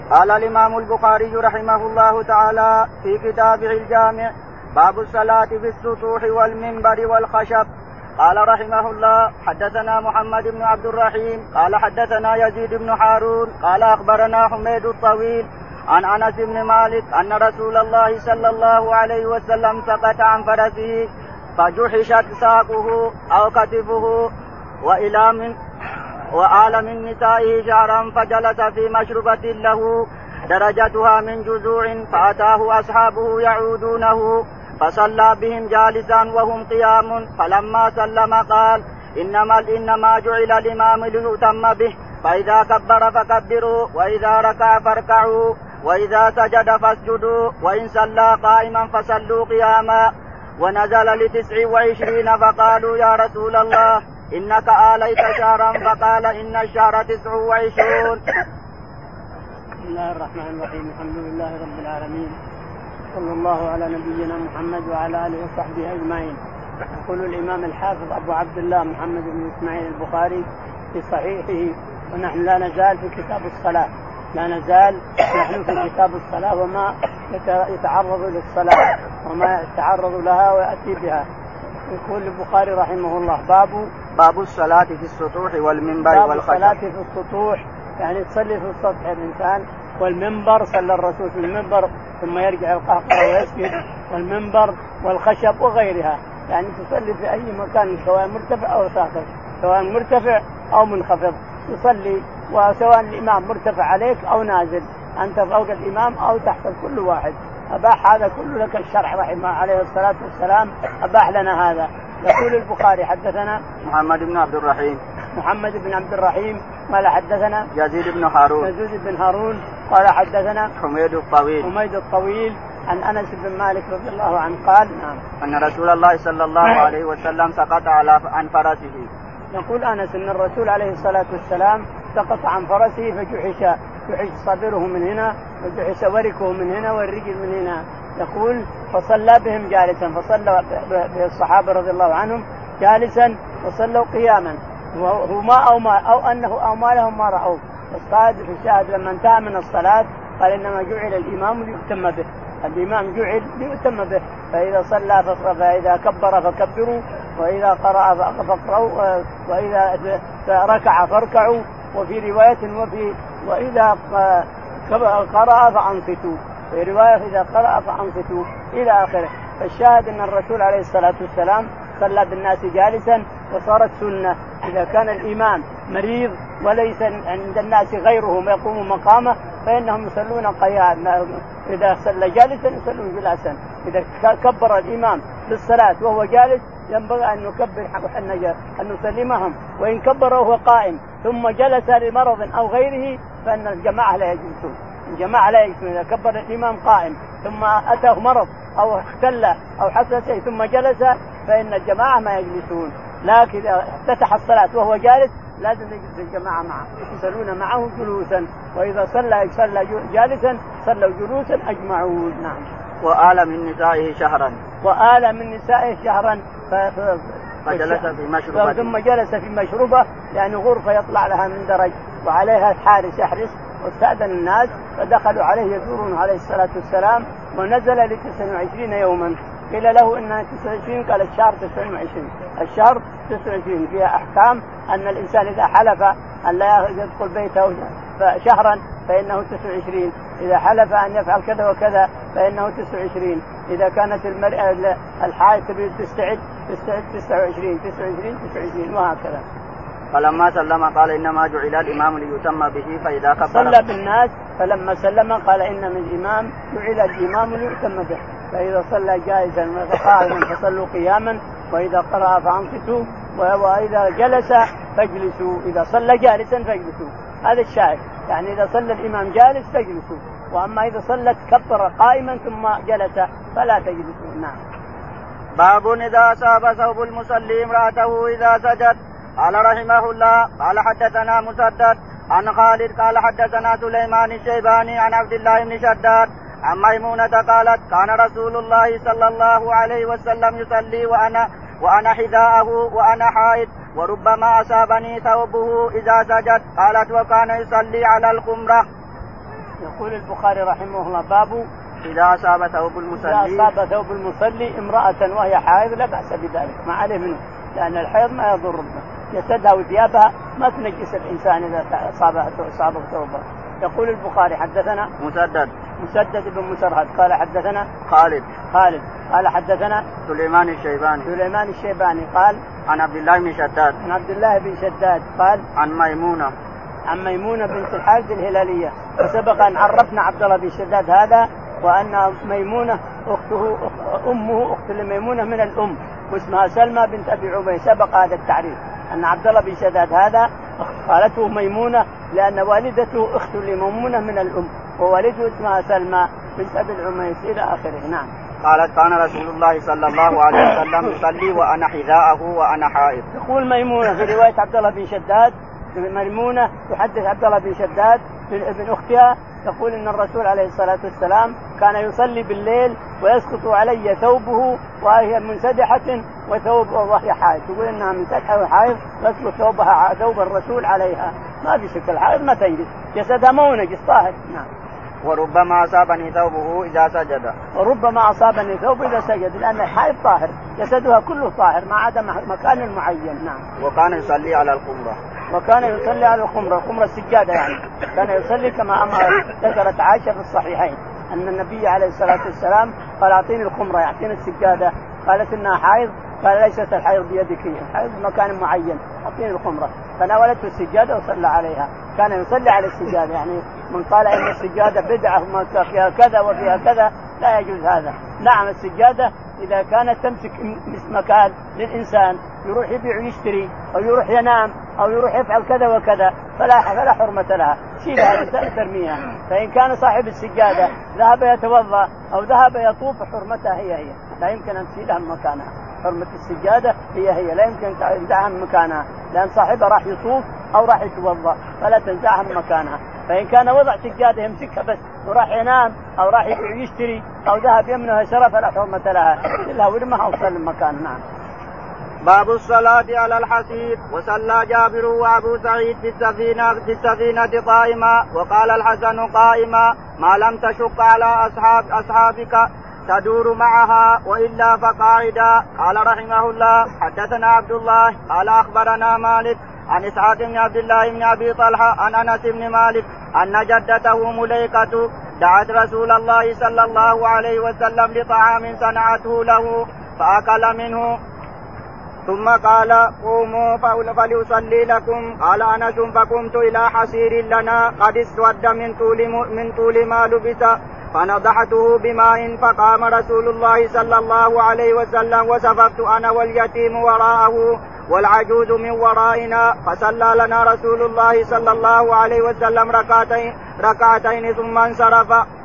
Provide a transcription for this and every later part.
قال الإمام البخاري رحمه الله تعالى في كتابه الجامع: باب الصلاة في السطوح والمنبر والخشب. قال رحمه الله: حدثنا محمد بن عبد الرحيم قال حدثنا يزيد بن هارون قال أخبرنا حميد الطويل عن أنس بن مالك أن رسول الله صلى الله عليه وسلم سقط عن فرسه فجحشت ساقه أو كتفه وآل من نسائه شعرا فجلس في مشربة له درجتها من جذوع فأتاه أصحابه يعودونه فصلى بهم جالسا وهم قيام فلما سلم قال: إنما جعل الإمام ليؤتم به، فإذا كبر فكبروا، وإذا ركع فاركعوا، وإذا سجد فاسجدوا، وإن صلى قائما فصلوا قياما. ونزل ل29 فقالوا: يا رسول الله إنك آليت شهرا، فقال: إن الشهر 29. بسم الله الرحمن الرحيم. الحمد لله رب العالمين، صلى الله على نبينا محمد وعلى آله وصحبه أجمعين. يقول الإمام الحافظ أبو عبد الله محمد بن إسماعيل البخاري في صحيحه: ونحن لا نزال في كتاب الصلاة، لا نزال نحن في كتاب الصلاة وما يتعرض للصلاة وما يتعرض لها ويأتي بها. يقول البخاري رحمه الله: باب الصلاة في السطوح والمنبر والخشب. باب الصلاة في السطوح يعني تصلي في السطح الإنسان، والمنبر صلى الرسول في المنبر ثم يرجع القهقرة ويسجد، والمنبر والخشب وغيرها، يعني تصلي في أي مكان سواء مرتفع أو ساقط، سواء مرتفع أو منخفض تصلي، وسواء الإمام مرتفع عليك أو نازل، أنت فوق الإمام أو تحت، كل واحد أباح هذا كله لك الشرع رحمه عليه الصلاة والسلام، أباح لنا هذا. يقول البخاري: حدثنا محمد بن عبد الرحيم قال حدثنا يزيد بن هارون قال حدثنا حميد الطويل عن أنس بن مالك رضي الله عنه قال: أن رسول الله صلى الله عليه وسلم سقط عن فرسه. يقول أنس أن الرسول عليه الصلاة والسلام سقط عن فرسه فجحش صدره من هنا، وجحش وركه من هنا، والرجل من هنا. يقول: فصلى بهم جالسا، فصلى بالصحابة رضي الله عنهم جالسا وصلوا قياما، أو أنه أومى لهم ما رأوا. الصادق في الشاهد لما انتهى من الصلاة قال: إنما جعل الإمام ليؤتم به، الإمام جعل ليؤتم به، فإذا صلى فإذا كبر فكبروا، وإذا قرأ فاقرأوا، وإذا ركع فاركعوا، وفي رواية وإذا قرأ فأنصتوا، في رواية إذا قرأ فأنصتوا إلى آخره. فالشاهد أن الرسول عليه الصلاة والسلام صلى بالناس جالسا، وصارت سنة إذا كان الإمام مريض وليس عند الناس غيرهم يقوم مقامه فإنهم يصلون قياما، إذا صلى جالسا يصلون جلاسا. إذا كبر الإمام للصلاة وهو جالس ينبغي أن نكبر أن نسلمهم، وإن كبر وهو قائم ثم جلس لمرض أو غيره فإن الجماعة لا يجلسون. إذا كبر الإمام قائم ثم أتاه مرض أو اختل أو حصل شيء ثم جلس فإن الجماعة ما يجلسون. لكن إذا افتتح الصلاة وهو جالس لازم يجلس الجماعة معه، يصلون معه جلوسا، وإذا صلى جالسا صلوا جلوسا أجمعون. نعم. وآل من نسائه شهرا فجلس في مشربة، ثم جلس في مشربة يعني غرفة يطلع لها من درج وعليها حارس يحرس، واستأذن الناس فدخلوا عليه يزورون عليه الصلاة والسلام، ونزل ل29 يوما. قيل له إنها 29، قال الشهر 29. الشهر 29 فيها أحكام أن الإنسان إذا حلف أن لا يدخل بيته شهرا فإنه 29، إذا حلف أن يفعل كذا وكذا فإنه 29، إذا كانت المرأة الحائض تريد تستعد 29 وهكذا. فلما سلم قال: إنما جعل الإمام ليؤتم به، فإذا كبر صلى بالناس، فلما سلم قال: إن من الإمام جعل الإمام ليؤتم به، فإذا صلى جالسا وقائما فصلوا قياما، وإذا قرأ فأنصتوا، وإذا جلس فاجلسوا، إذا صلى جالسا فاجلسوا. هذا الشاهد، يعني إذا صلى الإمام جالس فاجلسوا، وأما إذا صلت كبر قائما ثم جلس فلا تجلسوا. نعم. باب إذا أصاب ثوب المصلي امرأته إذا سجد. قال رحمه الله: قال حدثنا مسدد عن خالد قال حدثنا سليمان الشيباني عن عبد الله بن شداد عن ميمونة قالت: كان رسول الله صلى الله عليه وسلم يصلي وأنا حذاءه وأنا حائض، وربما أصابني ثوبه إذا سجد. قالت: وكان يصلي على الخمرة. يقول البخاري رحمه الله باب إذا أصاب ثوب المصلي امرأة وهي حائض لا بأس بذلك ما عليه منه، لأن الحيض ما يضر جسدها وثيابها ما تنجس الإنسان إذا أصابه ثوبه. يقول البخاري حدثنا مسدد بن مسرهد قال حدثنا خالد قال حدثنا سليمان الشيباني قال عن عبد الله بن شداد قال عن ميمونة بنت الحارث الهلالية. وسبق أن عرفنا عبد الله بن شداد هذا وأن ميمونة أمه أخت لميمونة من الأم واسمها سلمى بنت أبي عبيد. سبق هذا التعريف أن عبد الله بن شداد هذا قالته ميمونة لأن والدته أخت لميمونة من الأم ووالده اسمها سلمى بنت أبي العميس إلى آخره. نعم. قالت كان رسول الله صلى الله عليه وسلم يصلي وأنا حذاءه وأنا حائض. تقول ميمونة في رواية عبد الله بن شداد ميمونة تحدث عبد الله بن شداد ابن أختها تقول إن الرسول عليه الصلاة والسلام كان يصلي بالليل ويسقط علي ثوبه وهي منسدحة وهي حائض. تقول إنها منسدحة وحائض يسقط ثوب الرسول عليها ما في شكل حائض ما تنجس جسدها ما هو نجس طاهر. نعم. وربما أصابني ثوبه إذا سجد لأن الحائض طاهر جسدها كله طاهر ما عدا مكان معين. نعم. وكان يصلي على الخمرة السجادة يعني كان يصلي كما ذكرت عائشة في الصحيحين أن النبي عليه الصلاة والسلام قال أعطيني الخمرة يعطيني السجادة قالت إنها حائض قال ليست الحائض بيدك الحائض بمكان معين أعطيني الخمرة فناولته السجادة وصلى عليها. كان يصلي على السجادة يعني من قال إن السجادة بدعة وما فيها كذا وفيها كذا لا يجوز هذا. نعم السجادة إذا كانت تمسك مكان للإنسان يروح يبيع ويشتري أو يروح ينام أو يروح يفعل كذا وكذا فلا حرمة لها شيلها ترميها. فإن كان صاحب السجادة ذهب يتوضأ أو ذهب يطوف حرمتها هي لا يمكن أن تشيلها من مكانها. حرمة السجادة هي لا يمكن تنزعها من مكانها لأن صاحبها راح يطوف أو راح يتوضأ فلا تنزعها من مكانها. فإن كان وضع سجادة يمسكها بس وراح ينام أو راح يشتري أو ذهب يمنها شرف فلا حرمة لها إلا ورمها أو سلم مكان. نعم. باب الصلاة على الحصير. وصلى جابر وأبو سعيد في السفينة قائما وقال الحسن قائما ما لم تشق على أصحابك تدور معها وإلا فقاعدا. قال رحمه الله حدثنا عبد الله قال أخبرنا مالك عن إسحاق بن عبد الله بن أبي طلحة عن أنس بن مالك أن جدته مليكة دعت رسول الله صلى الله عليه وسلم لطعام صنعته له فأكل منه ثم قال قوموا فليصلي لكم. قال أنس فقمت إلى حصير لنا قد اسود من طول ما لبس فنضحته بماء فقام رسول الله صلى الله عليه وسلم وصففت أنا واليتيم وراءه والعجوز من ورائنا فصلى لنا رسول الله صلى الله عليه وسلم ركعتين ثم انصرف.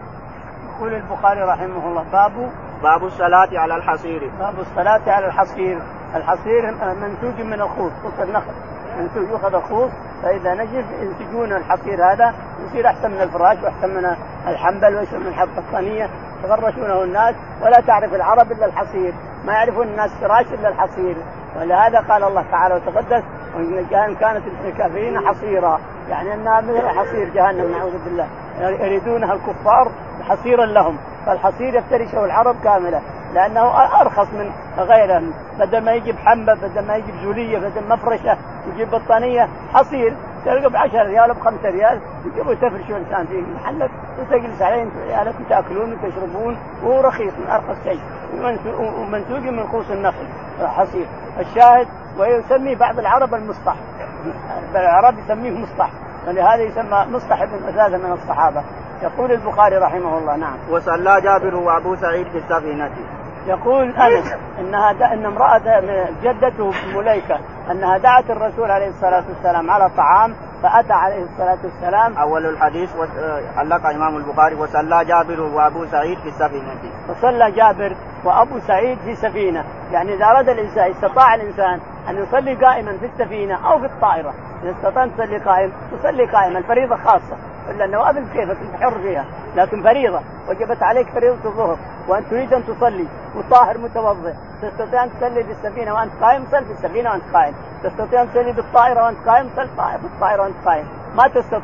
يقول البخاري رحمه الله باب الصلاة على الحصير. باب الصلاة على الحصير. الحصير منسوج من الخوص النخل منسوج يأخذ الخوص فإذا نجف ينسجون الحصير هذا يصير أحسن من الفراش وأحسن من الحنبل وأحسن من البطانية يتغرشونه الناس ولا تعرف العرب إلا الحصير ما يعرفون الناس فراش إلا الحصير. ولهذا قال الله تعالى وتقدس وإن كانت الكافرين حصيرا يعني أنها مثل حصير جهنم نعوذ بالله يريدونها الكفار حصيرا لهم. فالحصير يفترشه العرب كاملة لأنه أرخص من غيره بدل ما يجيب حنبة بدل ما يجيب زولية بدل مفرشة يجيب بطانية حصير تلقى ب10 ريال ب5 ريال يجيبوا تفرشوا الإنسان فيه محلك وتجلس عليه عيالكم تأكلون وتشربون وهو رخيص من أرخص شيء ومنسوج من خوص النخل حصير. الشاهد ويسميه بعض العرب المسطح العرب يسميه مسطح ولهذا يسمى مسطح بن أساسا من الصحابة. يقول البخاري رحمه الله. نعم. وصلى جابر وأبو سعيد في السفينة. يقول أنس إن امرأة جدته مليكة أنها دعت الرسول عليه الصلاة والسلام على طعام فأتى عليه الصلاة والسلام. أول الحديث علق إمام البخاري وصلى جابر وأبو سعيد في السفينة. وصلى جابر وأبو سعيد في سفينة يعني إذا أراد الإنسان استطاع الإنسان أن يصلي قائما في السفينة أو في الطائرة إذا استطاع تصلي قائم تصلي قائما الفريضة خاصة إلا النوافل كيفك أنت حر فيها لكن فريضة وجبت عليك فريضة الظهر وأنت تريد أن تصلي وطاهر متوضئ تستطيع أن تصلي في السفينة وأنت قائم صل في السفينة وأنت قائم. تستطيع أن تصلي بالطائرة وأنت قائم صل بالطائرة وأنت قائم. ما تستطيع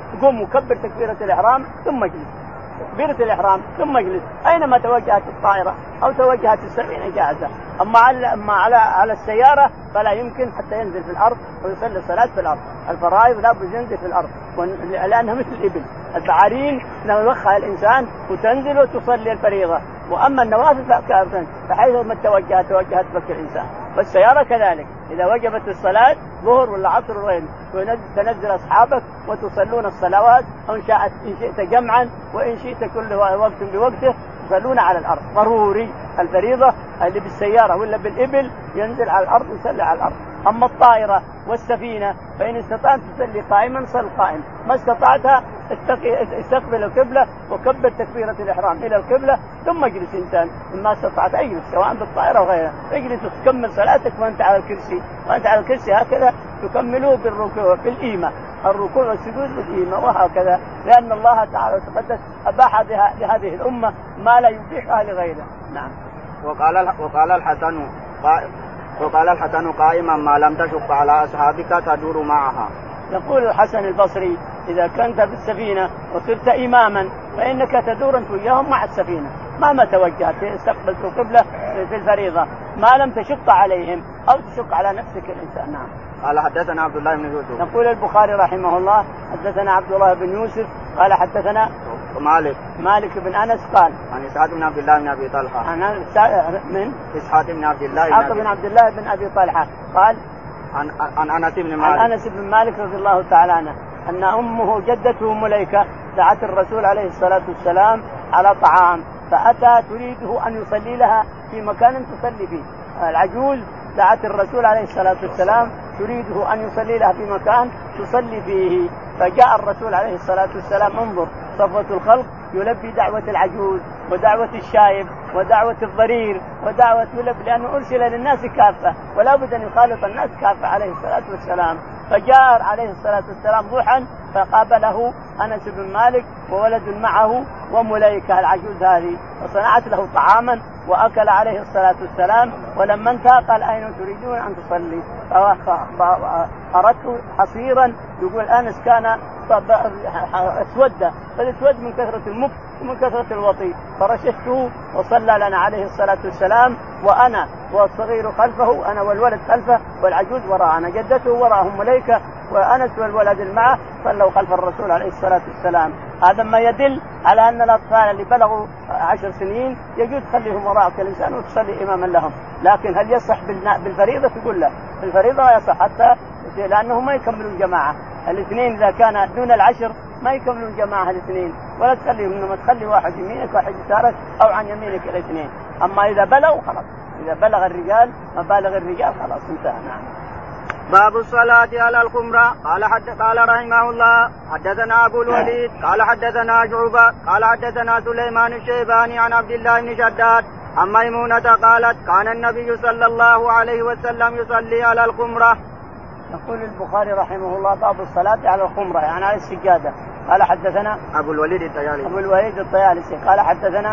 يقوم مكبر تكبيرة الإحرام ثم يجلس، تكبيرة الإحرام ثم يجلس. أينما توجهت الطائرة أو توجهت السفينة جاهزة. أما على السيارة فلا يمكن حتى ينزل في الأرض ويصلي الصلاة في الأرض. الفرائض لا بد ينزل في الأرض لأنها مثل الإبل، البعارين يوخها الإنسان وتنزل وتصلي الفريضة. وأما النوافل فحيث ما توجهت بك الإنسان. والسيارة كذلك إذا وجبت الصلاة ظهر ولا عصر وغيره تنزل أصحابك وتصلون الصلوات، إن شئت جمعا وإن شئت كل وقت بوقته يصلون على الأرض. ضروري الفريضة اللي بالسيارة ولا بالإبل ينزل على الأرض ويصلي على الأرض. أما الطائرة والسفينة فإن استطعت تصلي قائما صل قائم، ما استطعتها استقبل القبلة وكبر تكبيرة الإحرام إلى القبلة ثم اجلس. إنسان ما استطعت اجلس سواء بالطائرة وغيرها، اجلس وتكمل صلاتك وأنت على الكرسي. وأنت على الكرسي هكذا تكملوه بالركوع بالإيمة، الركوع والسجود بالإيمة وهكذا، لأن الله تعالى وتقدس أباح لهذه الأمة ما لا يبيحها لغيره. نعم. وقال الحسن قائما ما لم تشق على أصحابك تدور معها. يقول الحسن البصري إذا كنت في السفينة وصرت إماما فإنك تدور أنت وياهم مع السفينة ما توجهت استقبلت القبلة في الفريضة ما لم تشق عليهم أو تشق على نفسك الإنسان. نعم. قال حدثنا عبد الله بن يوسف. يقول البخاري رحمه الله حدثنا عبد الله بن يوسف قال حدثنا مالك بن أنس قال عن إسحاق بن عبد الله بن أبي طلحة من إسحاق بن عبد الله بن أبي طلحة قال عن أنس بن مالك رضي الله تعالى عنه أن أمه جدته مليكة دعت الرسول عليه الصلاة والسلام على طعام فأتى تريده أن يصلي لها في مكان تصلي فيه. العجوز دعت الرسول عليه الصلاة والسلام تريده أن يصلي لها في مكان تصلي فيه، فجاء الرسول عليه الصلاة والسلام انظر صفوة الخلق يلبي دعوة العجوز ودعوة الشايب ودعوة الضرير ودعوة لأنه أرسل للناس كافة ولا بد أن يخالط الناس كافة عليه الصلاة والسلام. فجاء عليه الصلاة والسلام ضحى فقابله أنس بن مالك وولد معه ومليكة العجوز هذه وصنعت له طعاما وأكل عليه الصلاة والسلام. ولما انتهى قال أين تريدون أن تصلي؟ أردت حصيرا يقول أنس كان اسود فالاسود من كثرة المكس ومن كثرة الوطي فرششته وصلى لنا عليه الصلاة والسلام وأنا والصغير خلفه أنا والولد خلفه والعجوز وراءنا جدته وراءهم مليكة وأنس والولد معه صلوا خلف الرسول عليه الصلاة والسلام. هذا ما يدل على أن الأطفال اللي بلغوا 10 سنين يجوز تخليهم وراءك الإنسان وتصلي إماما لهم. لكن هل يصح بالفريضة؟ تقول له بالفريضة يصح حتى لأنه ما يكملون جماعة الاثنين إذا كان دون 10 ما يكملون جماعة الاثنين ولا تخليهم إنما تخلي واحد يمينك واحد يسارك أو عن يمينك الاثنين. أما إذا بلغوا خلاص إذا بلغ الرجال مبالغ الرجال خلاص انتهى. نعم. باب الصلاة على الخمرة. قال رحمه الله حدثنا أبو الوليد قال حدثنا شعبة قال حدثنا سليمان الشيباني عن عبد الله بن شداد عن ميمونة قالت كان النبي صلى الله عليه وسلم يصلي على الخمرة. يقول البخاري رحمه الله باب الصلاة على الخمرة يعني على السجادة. قال حدثنا أبو الوليد الطيالسي قال حدثنا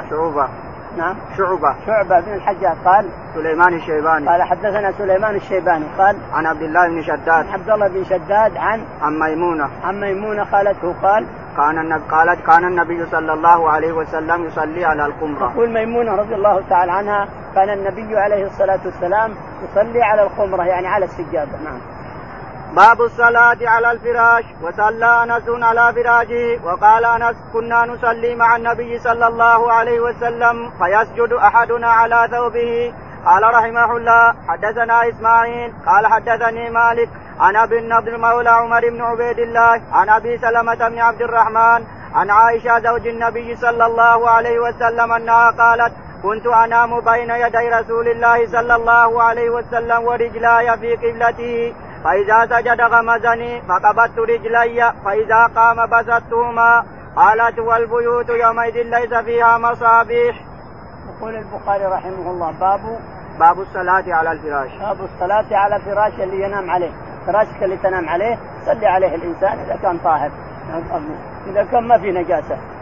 شعبة بن الحجاج قال سليمان الشيباني قال حدثنا سليمان الشيباني قال عن عبد الله بن شداد عن ميمونة خالته قال كان النبي صلى الله عليه وسلم يصلي على الخمرة. تقول ميمونة رضي الله تعالى عنها كان النبي عليه الصلاة والسلام يصلي على الخمرة يعني على السجادة. نعم. باب الصلاة على الفراش. وصلى أنس على فراشه وقال أنس كنا نصلي مع النبي صلى الله عليه وسلم فيسجد أحدنا على ثوبه. قال رحمه الله حدثنا إسماعيل قال حدثني مالك عن أبي النضر مولى عمر بن عبيد الله عن أبي سلمة بن عبد الرحمن عن عائشة زوج النبي صلى الله عليه وسلم أنها قالت كنت أنام بين يدي رسول الله صلى الله عليه وسلم ورجلاي في قبلته فإذا سجد غمزني فقبضت رجلي فإذا قام بسطتهما. قالت والبيوت يومئذ ليس فيها مصابيح. يقول البخاري رحمه الله باب الصلاة على الفراش. باب الصلاة على فراش اللي ينام عليه فراشك اللي تنام عليه صلي عليه الإنسان إذا كان طاهر إذا كان ما في نجاسة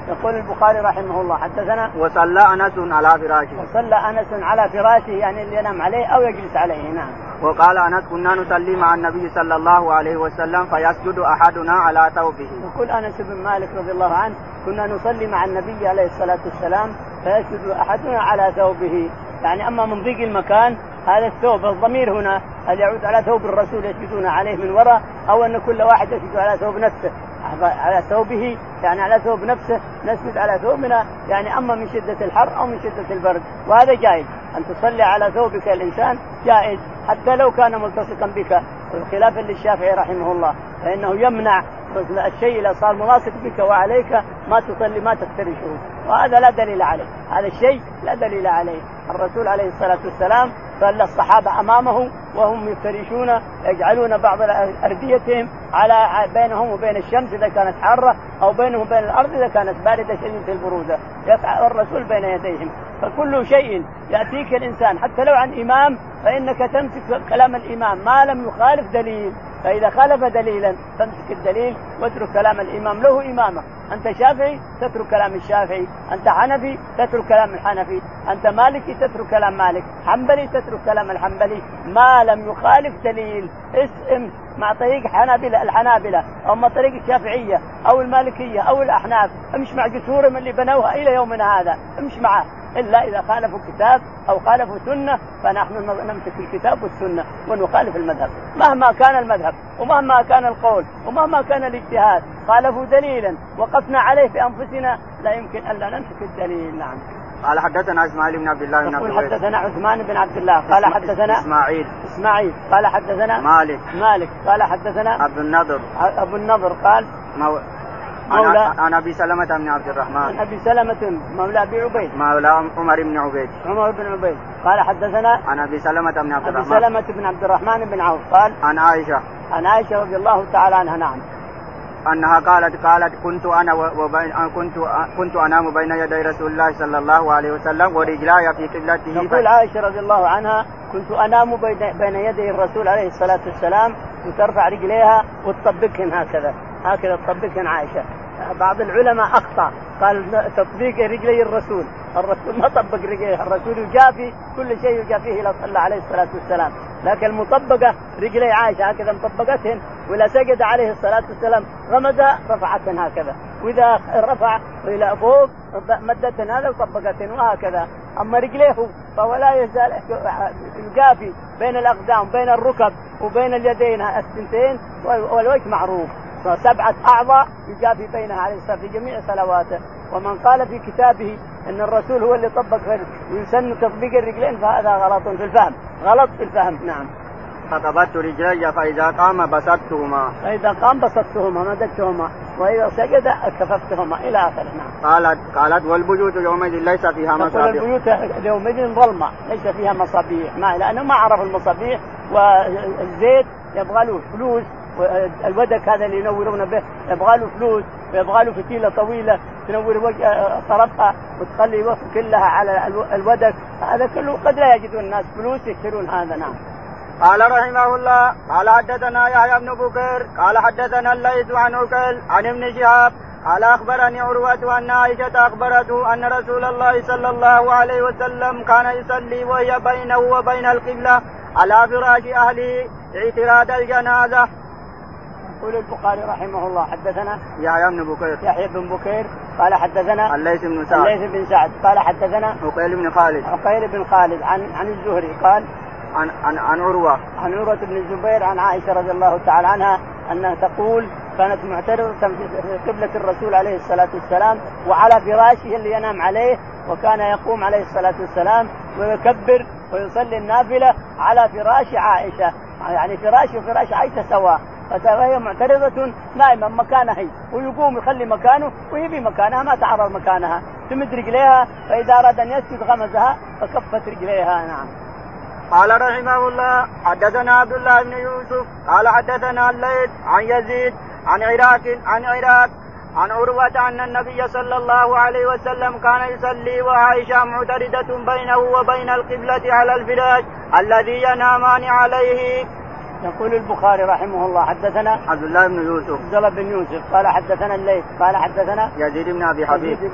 يقول البخاري رحمه الله حدثنا وصلى أنس على فراشه. وصلى أنس على فراشه يعني اللي ينام عليه أو يجلس عليه. نعم. وقال أنس كنا نصلي مع النبي صلى الله عليه وسلم فيسجد أحدنا على ثوبه. يقول أنس بن مالك رضي الله عنه كنا نصلي مع النبي عليه الصلاة والسلام فيسجد أحدنا على ثوبه، يعني أما من ضيق المكان هذا الثوب الضمير هنا هل يعود على ثوب الرسول يسجدون عليه من وراء أو أن كل واحد يسجد على ثوب نفسه على ثوبه يعني على ثوب نفسه نسجد على ثوبنا، يعني أما من شدة الحر أو من شدة البرد، وهذا جائز أن تصلي على ثوبك الإنسان جائز حتى لو كان ملتصقا بك، خلافا للشافعي رحمه الله فإنه يمنع الشيء إذا صار ملاصق بك وعليك ما تصلي ما تفترشه، وهذا لا دليل عليه، هذا الشيء لا دليل عليه. الرسول عليه الصلاة والسلام صلى الصحابة أمامه وهم يفترشون يجعلون بعض أرديتهم على بينهم وبين الشمس إذا كانت حارة أو بينهم وبين الأرض إذا كانت باردة شديدة البرودة، يفعل الرسول بين يديهم. فكل شيء يأتيك الإنسان حتى لو عن إمام فإنك تمسك كلام الإمام ما لم يخالف دليل، فإذا خالف دليلا تمسك الدليل واترك كلام الإمام له إمامة. أنت شافعي تترك كلام الشافعي، أنت حنفي تترك كلام الحنفي، أنت مالكي تترك كلام مالك، حنبلي تترك كلام الحنبلي ما لم يخالف دليل. اسم مع طريق الحنابلة أو مع طريق الشافعية أو المالكية أو الأحناف، امش مع جسورهم اللي بنوها إلى يومنا هذا امش معه، إلا إذا خالفوا كتاب أو خالفوا سنة فنحن نمسك الكتاب والسنة ونخالف المذهب مهما كان المذهب ومهما كان القول ومهما كان الاجتهاد، خالفوا دليلا وقفنا عليه في أنفسنا لا يمكن أن لا نمسك الدليل. نعم. قال حدثنا إسماعيل بن عبد الله بن عبد الوارث. حدثنا عثمان بن عبد الله قال حدثنا إسماعيل قال حدثنا مالك قال حدثنا أبو النضر قال مولى عن أبي سلمة بن عبد الرحمن عن أبي سلمة مولى أبي عبيد مولى عمر بن عبيد قال حدثنا عن أبي سلمة بن عبد الرحمن بن عوف قال عن عائشة رضي الله تعالى عنها نعم أنها قالت كنت أنام بين يدي رسول الله صلى الله عليه وسلم ورجلاي في قبلته. تقول عائشة رضي الله عنها كنت أنام بين يدي الرسول عليه الصلاة والسلام وترفع رجليها وتطبقهن هكذا تطبقهن عائشة. بعض العلماء أخطأ قال تطبيق رجلي الرسول ما طبق رجليه، الرسول يجافي كل شيء يجافيه إلى صلى عليه الصلاة والسلام، لكن المطبقة رجلي عائشة هكذا مطبقتهن، ولا سجد عليه الصلاة والسلام غمزها رفعتهن هكذا، وإذا رفع إلى فوق مدتهن هذا وطبقتهن وهكذا. أما رجليه فهو لا يزال يجافي بين الأقدام بين الركب وبين اليدين الثنتين والوجه معروف، 7 أعضاء يجافي بينها عليه الصلاة في جميع صلواته. ومن قال في كتابه أن الرسول هو اللي طبق ويسن تطبيق الرجلين فهذا غلط في الفهم. نعم. فقبضت رجلي فإذا قام بسطتهما مددتهما وإذا سجد كففتهما إلى آخره. نعم. قالت والبيوت يومئذ ليس فيها مصابيح. البيوت يومئذ ظلمة ليس فيها مصابيح، لأنه ما عرفوا المصابيح، والزيت يبغى له فلوس، الودك هذا اللي ينورون به يبغى له فلوس ويبغى له فتيلة طويلة تنور وجه طرفها وتخلي وقت كلها على الودك، هذا كله قد لا يجدون الناس فلوس يشترون هذا. نعم. قال رحمه الله قال حدثنا يحيى بن بكير قال حدثنا الليث عن عقيل عن ابن شهاب قال أخبرني عروة أن عائشة أخبرته أن رسول الله صلى الله عليه وسلم كان يصلي وهي بينه وبين القبلة على فراش أهله اعتراض الجنازة. يقول البخاري رحمه الله حدثنا يحيى بن بكير قال حدثنا الليث بن سعد قال حدثنا عقيل بن خالد عن الزهري قال عن عروة بن الزبير عن عائشة رضي الله تعالى عنها أنها تقول كانت معترضة في قبلة الرسول عليه الصلاة والسلام وعلى فراشه اللي ينام عليه، وكان يقوم عليه الصلاة والسلام ويكبر ويصلي النافلة على فراش عائشة، يعني فراش وفراش عائشة سواء، فهي معترضة نائمة مكانها هي، ويقوم يخلي مكانه ويبي مكانها ما تعرض مكانها، تمد رجليها فإذا أراد أن يسجد غمزها فكفت رجليها. نعم. قال رحمه الله حدثنا عبد الله بن يوسف قال حدثنا الليث عن يزيد عن عراك عن عروة أن النبي صلى الله عليه وسلم كان يصلي وعائشة معترضة بينه وبين القبلة على الفراش الذي ينامان عليه. يقول البخاري رحمه الله حدثنا عبد الله بن يوسف قال حدثنا الليث قال حدثنا يزيد بن أبي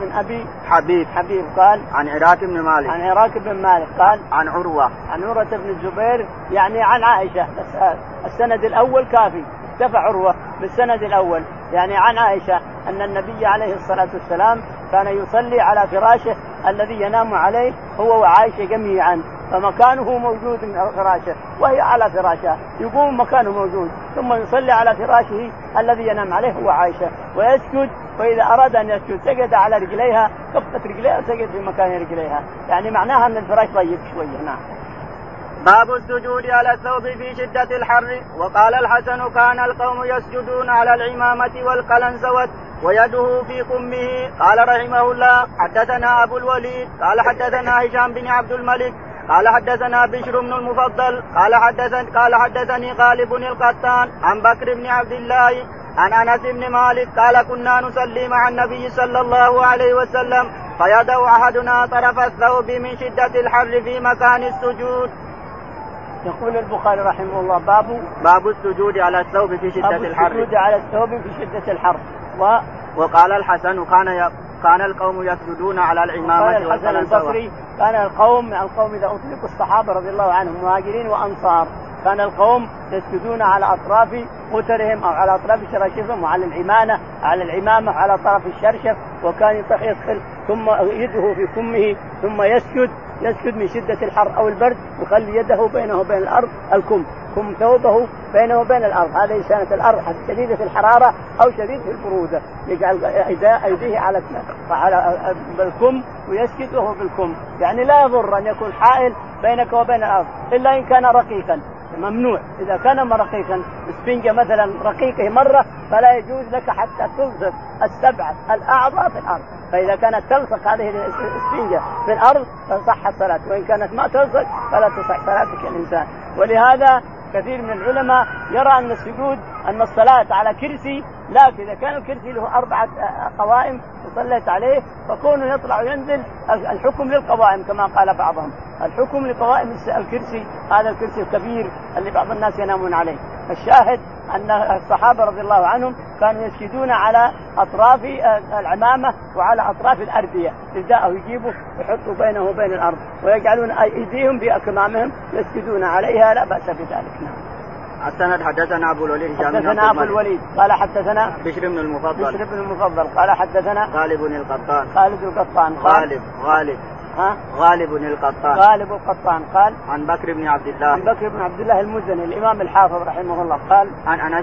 حبيب قال عن عراك بن مالك قال عن عروة بن الزبير يعني عن عائشة. بس السند الأول كافي، دفع عروة بالسند الأول يعني عن عائشة أن النبي عليه الصلاة والسلام كان يصلي على فراشه الذي ينام عليه هو وعائشة جميعا، فمكانه موجود من فراشه وهي على فراشها، يقوم مكانه موجود ثم يصلي على فراشه الذي ينام عليه هو عائشة ويسجد، وإذا أراد أن يسجد سجد على رجليها، كفت رجليها وسجد في مكان رجليها، يعني معناها أن الفراش ضيق شوية. نعم. باب السجود على الثوب في شدة الحر. وقال الحسن كان القوم يسجدون على العمامة والقلنسوة ويده في كمه. قال رحمه الله حدثنا أبو الوليد قال حدثنا هشام بن عبد الملك قال حدثنا بشر بن المفضل قال حدثني غالب القطان عن بكر بن عبد الله عن أنس بن مالك قال كنا نصلي مع النبي صلى الله عليه وسلم فيدع أحدنا طرف الثوب من شدة الحر في مكان السجود. يقول البخاري رحمه الله باب السجود على الثوب في شدة الحر. وقال الحسن كان القوم يسجدون على العمامة والقلنسوة. كان القوم إذا أطلق الصحابة رضي الله عنهم مهاجرين وأنصار كان القوم يسجدون على أطراف قترهم أو على أطراف شراشفهم وعلى العمامة على طرف الشرشف، وكان يدخل ثم يده في كمه ثم يسجد من شدة الحر أو البرد، ويخلي يده بينه وبين الأرض كم ثوبه بينه وبين الأرض. هذه كانت الأرض شديدة الحرارة أو شديدة البرودة، يجعل أيديه على الكم ويسجد وهو بالكم، يعني لا يضر أن يكون حائل بينك وبين الأرض إلا إن كان رقيقا، ممنوع. إذا كان رقيقا اسفنجة مثلا رقيقة مرة فلا يجوز لك حتى تلصق السبعة الأعضاء في الأرض، فإذا كانت تلصق هذه الاسفنجة في الأرض تصح الصلاة، وإن كانت ما تلصق فلا تصح صلاتك الإنسان. ولهذا كثير من العلماء يرى أن الصلاة على كرسي لا، إذا كان الكرسي له 4 قوائم وصليت عليه فكونه يطلع وينزل الحكم للقوائم كما قال بعضهم، الحكم لقوائم الكرسي، هذا الكرسي الكبير اللي بعض الناس ينامون عليه. الشاهد أن الصحابة رضي الله عنهم كانوا يسجدون على أطراف العمامة وعلى أطراف الأردية، رداءه يجيبوا يحطوا بينه وبين الأرض ويجعلون أيديهم بأكمامهم يسجدون عليها، لا بأس بذلك. السند حدثنا أبو الوليد قال حدثنا بشر بن المفضل قال حدثنا غالب القطان قال عن بكر بن عبد الله المزني الإمام الحافظ رحمه الله قال عن أنس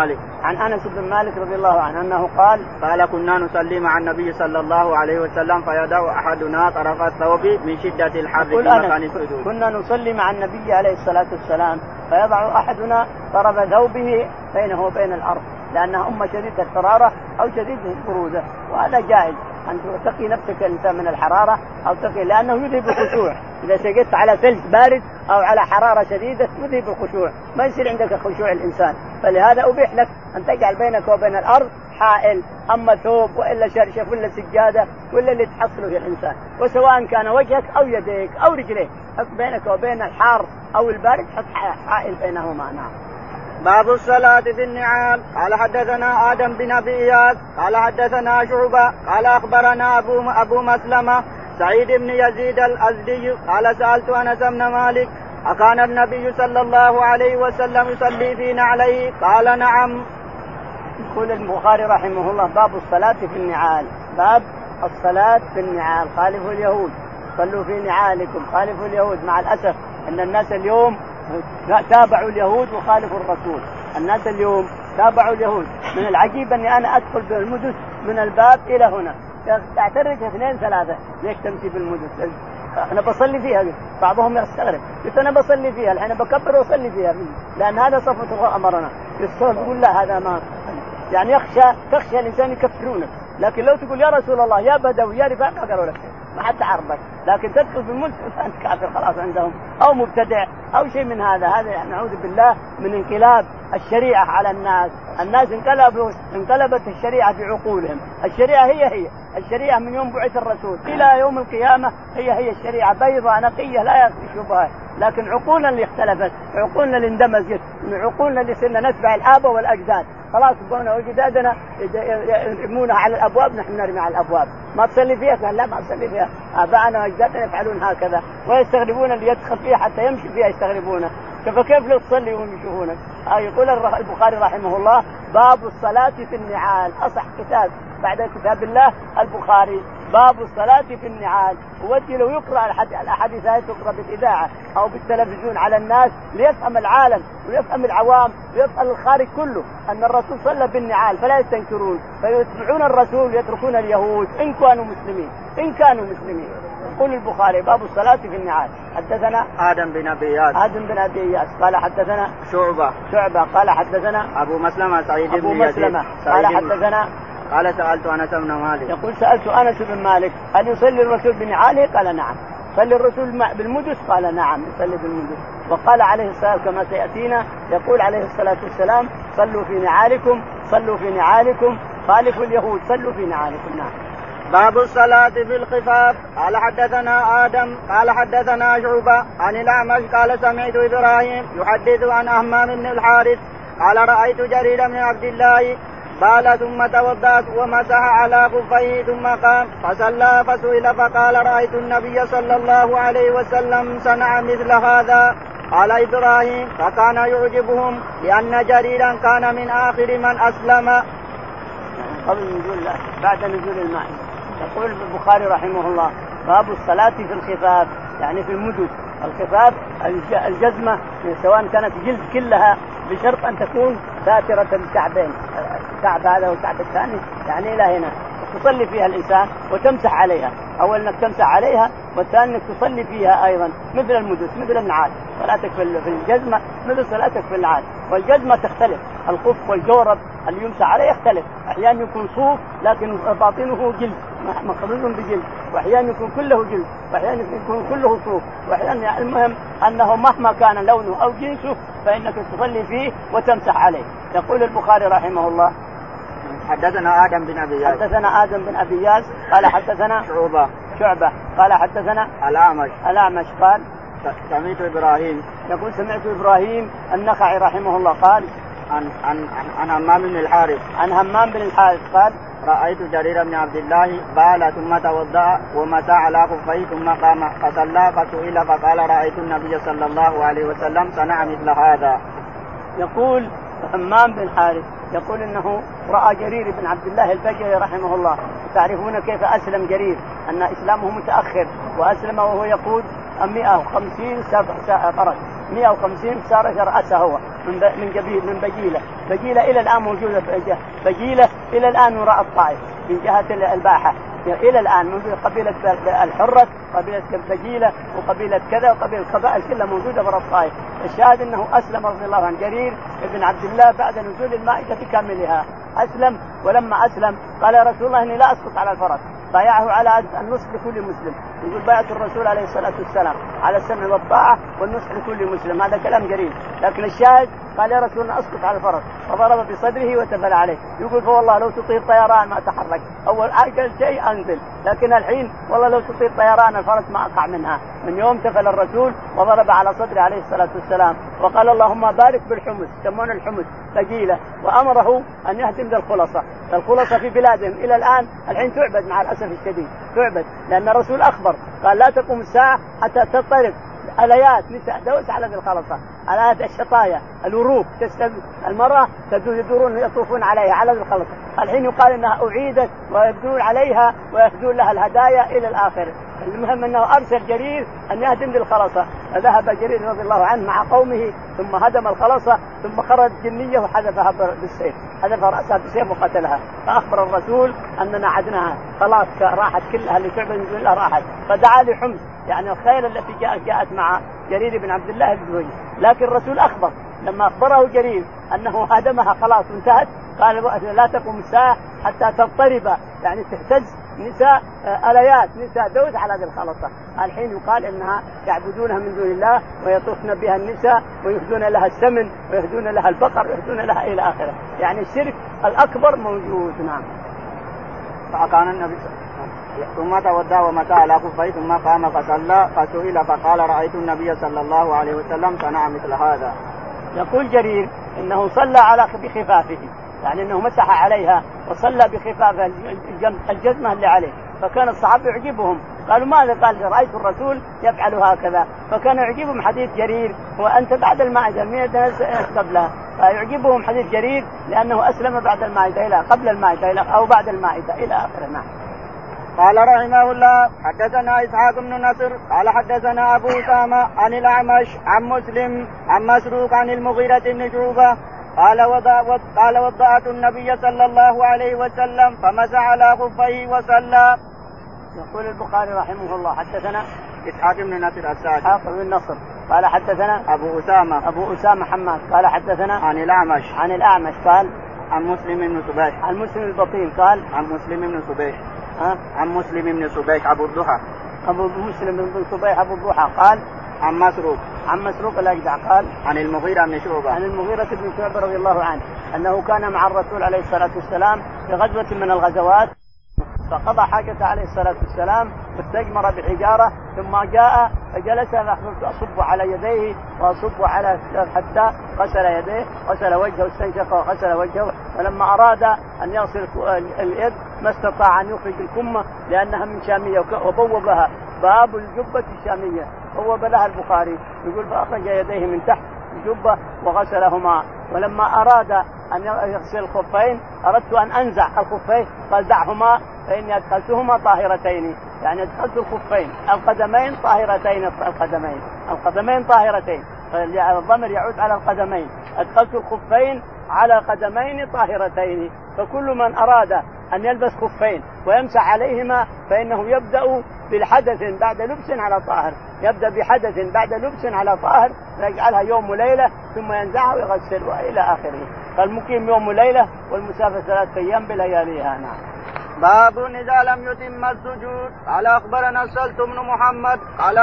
بن مالك رضي الله عنه أنه قال كنا نصلي مع النبي صلى الله عليه وسلم فيدع أحدنا طرف الثوب من شدة الحر في مكان السجود. كنا نصلي مع النبي عليه الصلاة والسلام فيضع أحدنا طرف ثوبه بينه وبين الأرض، لأنها شديدة الحرارة أو شديدة البرودة، وهذا جائز أن تقي نفسك الإنسان من الحرارة أو تقي، لأنه يذهب الخشوع. إذا سجدت على ثلج بارد أو على حرارة شديدة يذهب الخشوع، ما يصير عندك خشوع الإنسان، فلهذا أبيح لك أن تجعل بينك وبين الأرض حائل، أما ثوب وإلا شرشف ولا سجادة ولا اللي تحصله في الإنسان، وسواء كان وجهك أو يديك أو رجليك حط بينك وبين الحار أو البارد حط حائل بينهما. نعم. باب الصلاة في النعال. قال حدثنا آدم بن أبي إياس قال حدثنا شعبة قال أخبرنا أبو مسلمة سعيد بن يزيد الأزدي قال سألت أنس بن مالك أكان النبي صلى الله عليه وسلم يصلي في نعليه؟ قال نعم. يقول البخاري رحمه الله باب الصلاة في النعال. باب الصلاة في النعال. خالفوا اليهود، صلوا في نعالكم، خالفوا اليهود. مع الأسف أن الناس اليوم تابعوا اليهود وخالفوا الرسول. الناس اليوم تابعوا اليهود. من العجيب أني أنا أدخل بالمدس من الباب إلى هنا تعترك 2 3 ليش تمشي بالمدس؟ أنا بصلي فيها. بعضهم يستغرب، قلت أنا بصلي فيها الحين بكبر وصلي فيها، لأن هذا صفة الله أمرنا. يستغرب يقول لا هذا ما يعني تخشى الإنسان يكفرونك، لكن لو تقول يا رسول الله يا بدوي يا رفاق ما قالوا لك ما حد عرضك، لكن تدخل في الملك فأنت كافر خلاص عندهم أو مبتدع أو شيء من هذا نعوذ بالله من انقلاب الشريعة على الناس. الناس انقلبت الشريعة بعقولهم. الشريعة هي الشريعة من يوم بعث الرسول إلى يوم القيامة، هي الشريعة بيضاء نقية لا يشوفها لكن عقولنا اللي اختلفت، عقولنا اللي اندمجت، عقولنا اللي صرنا نتبع الآباء والأجداد. خلاص ابونا وجدادنا يرمونها على الابواب، نحن نرمي على الابواب. ما تصلي فيها؟ لا ما تصلي فيها، ابائنا واجدادنا يفعلون هكذا، ويستغربون اللي يدخل فيها حتى يمشي فيها يستغربونه، فكيف لو تصلي وهم يشوفونك؟ يقول البخاري رحمه الله باب الصلاة في النعال، اصح كتاب بعد كتاب الله البخاري، باب الصلاة في النعال. ودي لو يقرأ الأحاديث هذه تقرأ بالإذاعة أو بالتلفزيون على الناس ليفهم العالم ويفهم العوام ويفهم الخارج كله أن الرسول صلى بالنعال، فلا يستنكرون، فيتبعون الرسول ويتركون اليهود إن كانوا مسلمين. يقول البخاري باب الصلاة في النعال. حدثنا آدم بن أبي إياس قال حدثنا شعبة قال حدثنا أبو مسلمة سعيد بن يزيد قال حدثنا قال سألت أنس بن مالك، يقول سألت أنس بن مالك هل يصلي الرسول بنعاله؟ قال نعم. صلي الرسول بالمدس؟ قال نعم يصلي بالمدس. وقال عليه الصلاة كما سيأتينا، يقول عليه الصلاة والسلام صلوا في نعالكم خالفوا اليهود، صلوا في نعالكم. نعم. باب الصلاة في الخفاف. قال حدثنا آدم قال حدثنا شعبة عن الأعمش قال سمعت إبراهيم يحدث عن همام بن الحارث قال رأيت جرير بن عبد الله بال ثم توضأ ومسح على خفيه ثم قام فصلى، فسئل فقال رأيت النبي صلى الله عليه وسلم صنع مثل هذا. قال إبراهيم فكان يعجبهم لأن جريرا كان من آخر من أسلم. قبل نزول بعد نزول الماء. يقول البخاري رحمه الله باب الصلاة في الخفاف، يعني في المدد. الخفاف الجزمة سواء كانت جلد كلها بشرط أن تكون ساترة الكعبين، الكعب هذا والكعب الثاني يعني إلى هنا، تصلي فيها الإنسان وتمسح عليها. أول أنك تمسح عليها، والثاني أنك تصلي فيها أيضا مثل المدد مثل النعال. صلاتك في الجزمة مثل صلاتك في النعال. والجزمة تختلف، الخف والجورب اللي يمسح عليه يختلف، أحيانا يكون صوف لكن باطنه جلد مخلوط بجلد، وأحيانا يكون كله جلد، وأحيانا يكون كله صوف، وأحيانا المهم أنه مهما كان لونه أو جنسه فإنك تصلي فيه وتمسح عليه. يقول البخاري رحمه الله حدثنا آدم بن أبي إياس قال حدثنا شعبة قال حدثنا الأعمش قال سمعت إبراهيم، يقول سمعت إبراهيم النخعي رحمه الله قال عن همام بن الحارث قال رأيت جرير بن عبد الله بال ثم توضأ ومسح على خفيه ثم قام فصلى، فسئل فقال رأيت النبي صلى الله عليه وسلم صنع مثل هذا. يقول همام بن الحارث يقول إنه رأى جرير بن عبد الله البجلي رحمه الله. تعرفون كيف أسلم جرير، أن إسلامه متأخر، وأسلم وهو يقود 150 فرس، 150 صار رأسه هو من بجيلة إلى الآن موجودة. بجيلة إلى الآن وراء الطائف من جهة الباحة إلى الآن موجودة، قبيلة الحرة، قبيلة بجيلة، وقبيلة كذا، وقبيلة القبائل كلها موجودة وراء الطائف. الشاهد أنه أسلم رضي الله عنه جرير بن عبد الله بعد نزول المائدة كاملها، أسلم. ولما أسلم قال يا رسول الله إني لا أسقط على الفرس، بايعه على النصح لكل مسلم. يقول بايعة الرسول عليه الصلاة والسلام على السمع والطاعة والنصح لكل مسلم، هذا كلام جرير. لكن الشاهد قال يا رسول الله أسقط على الفرس، فضرب بصدره وتفل عليه. يقول فوالله لو تطير طيران ما تحرك، أول شيء أنزل، لكن الحين والله لو تطير طيران الفرس ما أقع منها. من يوم تفل الرسول وضرب على صدره عليه الصلاة والسلام، وقال اللهم بارك بالحمص، يسمون الحمص ثقيلة، وأمره أن يهدم الخلصة في بلادهم إلى الآن. الحين تعبد مع الأسف الشديد، تعبد، لأن الرسول أخبر قال لا تقوم الساعة حتى تضطرب الآيات نساء دوس على ذي الخلصة، على الشطايا الوروق، المرأة يدورون يطوفون عليها على ذي الخلصة. الحين يقال إنها أعيدت ويبدون عليها ويهدون لها الهدايا إلى الآخر. المهم أنه أرسل جرير أن يهدم ذي الخلصة، فذهب جرير رضي الله عنه مع قومه ثم هدم الخلصة، ثم خرج جنية وحذفها بالسيف، حذف رأسها بالسيف وقتلها. فأخبر الرسول أننا عدناها خلاص راحت كلها اللي تعبد من دون الله راحت. فدعا لحمص يعني الخيل التي جاءت مع جرير بن عبد الله البجلي. لكن الرسول أخبر لما أخبره جرير أنه هدمها خلاص وانتهت، قال لا تقوم الساعة حتى تضطرب، يعني تهتز نساء آليات نساء دوس على ذي الخلصة. الحين يقال إنها يعبدونها من دون الله ويطوفن بها النساء ويهدون لها السمن ويهدون لها البقر ويهدون لها إلى آخره، يعني الشرك الأكبر موجود. نعم. فكان النبي ثم تودع ومسى على خفيه ثم قام فصلى فسئل فقال رأيت النبي صلى الله عليه وسلم صنع مثل هذا. يقول جرير إنه صلى على بخفافه، يعني أنه مسح عليها وصلى بخفافه الجزمة اللي عليه، فكان الصحابة يعجبهم، قالوا ماذا؟ قال رأيت الرسول يفعل هكذا، فكان يعجبهم حديث جرير وأنت بعد المائدة 100 سنة قبلها، فيعجبهم حديث جرير لأنه أسلم بعد المائدة إلى قبل المائدة إلى أو بعد المائدة إلى آخره. نعم. قال رحمه الله حدثنا إسحاق بن نصر قال حدثنا أبو أسامة عن الأعمش عن مسلم عن مسروق عن المغيرة بن شعبة قال وضعت النبي صلى الله عليه وسلم فمسح على خفيه وصلى. يقول البخاري رحمه الله حدثنا إسحاق بن نصر الساعدي إسحاق بن نصر قال حدثنا أبو أسامة حماد قال حدثنا عن الأعمش قال عن مسلم بن صبيح عن مسلم البطين قال عن مسلم بن صبيح أبو الضحى أبو مسلم بن صبيح أبو الضحى قال عن مسروق الأجدع قال عن المغيرة بن شعبة رضي الله عنه أنه كان مع الرسول عليه الصلاة والسلام في غزوة من الغزوات، فقضى حاجته عليه الصلاة والسلام واستجمر بحجارة، ثم جاء فجلس أصب على يديه وأصب على حتى غسل يديه غسل وجهه استنشق وغسل وجهه، ولما أراد أن يغسل اليد ما استطاع أن يخرج الكمة لأنها من شامية وبوبها باب الجبة الشامية، بوب لها البخاري يقول فأخرج يديه من تحت الجبة وغسلهما. ولما أراد أن يغسل الخفين أردت أن أنزع الخفين قال دعهما فإني أدخلتهما طاهرتين، يعني أدخلت الخفين القدمين طاهرتين، القدمين طاهرتين، الضمير يعود على القدمين، أدخلت الخفين على قدمين طاهرتين. فكل من أراد أن يلبس خفين ويمسح عليهما فإنه يبدأ بالحدث بعد لبس على طاهر، يبدأ بحدث بعد لبس على طاهر يجعلها يوم وليلة ثم ينزعها ويغسلها إلى آخره. فالمقيم يوم وليلة والمسافر 3 أيام بلياليها. نعم. باب إذا لم يتم السجود. قال أخبرنا السلط بن محمد قال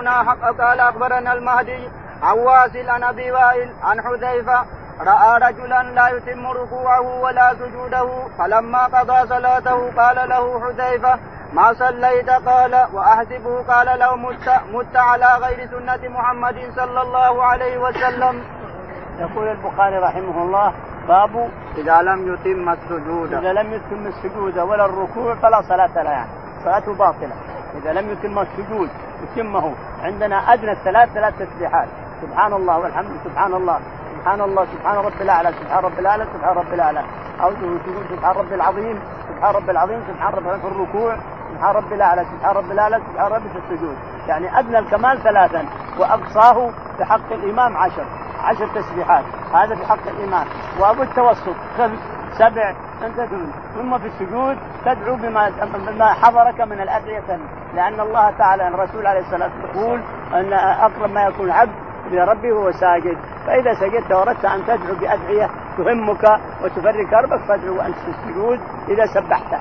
أخبرنا المهدي عن واسل عن أبي وائل عن حذيفة رأى رجلا لا يتم ركوعه ولا سجوده، فلما قضى صلاته قال له حذيفة ما صليت؟ قال وأحسبه قال له مت على غير سنة محمد صلى الله عليه وسلم. يقول البخاري رحمه الله باب إذا لم يتم السجود ولا الركوع فلا صلاة له، يعني صلاته باطلة. إذا لم يتم السجود يتمه، عندنا أدنى 3 تسبيحات، سبحان الله والحمد سبحان الله سبحان الله سبحان رب الأعلى سبحان رب الأعلى سبحان رب الأعلى، أو تقول سبحان رب العظيم سبحان رب العظيم سبحان رب في الركوع سبحان رب الأعلى سبحان رب الأعلى سبحان رب في السجود، يعني أدنى الكمال 3 وأقصاه في حق الإمام 10 تسبيحات، هذا في حق الإمام. وأبو التوسط 5 7 أنت تقول، ثم في السجود تدعو بما حضرك من الأدعية، لأن الله تعالى الرسول عليه الصلاة والسلام يقول أن أقرب ما يكون العبد لربه وهو ساجد، فإذا سجدت وردت أن تدعو بأدعية تهمك وتفرج كربك فادعو أنت في السجود. إذا سبحت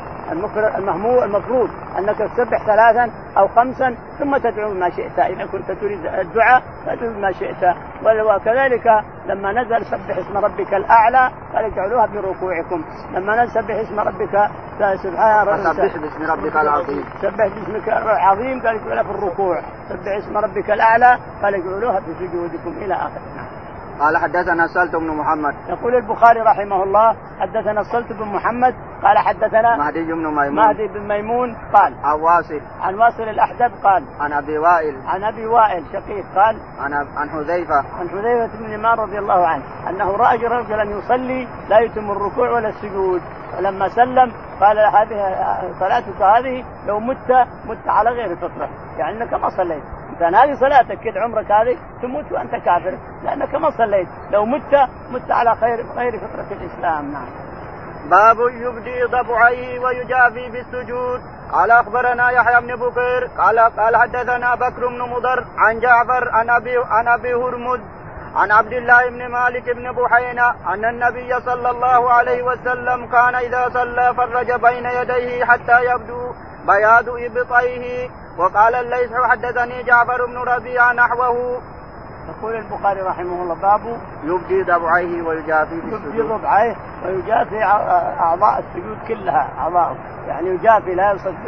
المفروض أنك تسبح 3 أو 5 ثم تدعو ما شئت، إذا كنت تريد الدعاء فادعو ما شئت. وكذلك لما نزل سبح اسم ربك الأعلى قال اجعلوها بركوعكم، لما نزل سبح اسم ربك سبح باسم ربك العظيم سبح باسمك العظيم قال اجعلوها في الركوع، سبح اسم ربك الأعلى قال اجعلوها في سجودكم إلى آخره. قال حدثنا السلط بن محمد. يقول البخاري رحمه الله حدثنا السلط بن محمد قال حدثنا مهدي بن ميمون قال عن واصل الأحدب قال عن أبي وائل شقيق قال عن حذيفة بن اليمان رضي الله عنه أنه رأى رجلا يصلي لا يتم الركوع ولا السجود، ولما سلم قال هذه صلاتك هذه لو مت على غير فطرة، يعني أنك ما صليت، إذن هذه صلاتك كده عمرك هذه تموت وأنت كافر لأنك ما صليت، لو مت على غير فطرة الإسلام. نعم. باب يبدي ضبعيه ويجافي بالسجود. قال أخبرنا يحيى بن بكير قال حدثنا بكر بن مضر عن جعفر عن أبي هرمز عن عبد الله بن مالك بن بحينة أن النبي صلى الله عليه وسلم كان إذا صلى فرج بين يديه حتى يبدو بياض إبطيه. وقال الليث حدثني جعفر بن ربيعة نحوه. يقول البخاري رحمه الله باب يبدي ضبعيه ويجافي بالسجود. يبدي ضبعيه ويجافي أعضاء السجود كلها، أعضاء يعني يجافي لا يلصق به،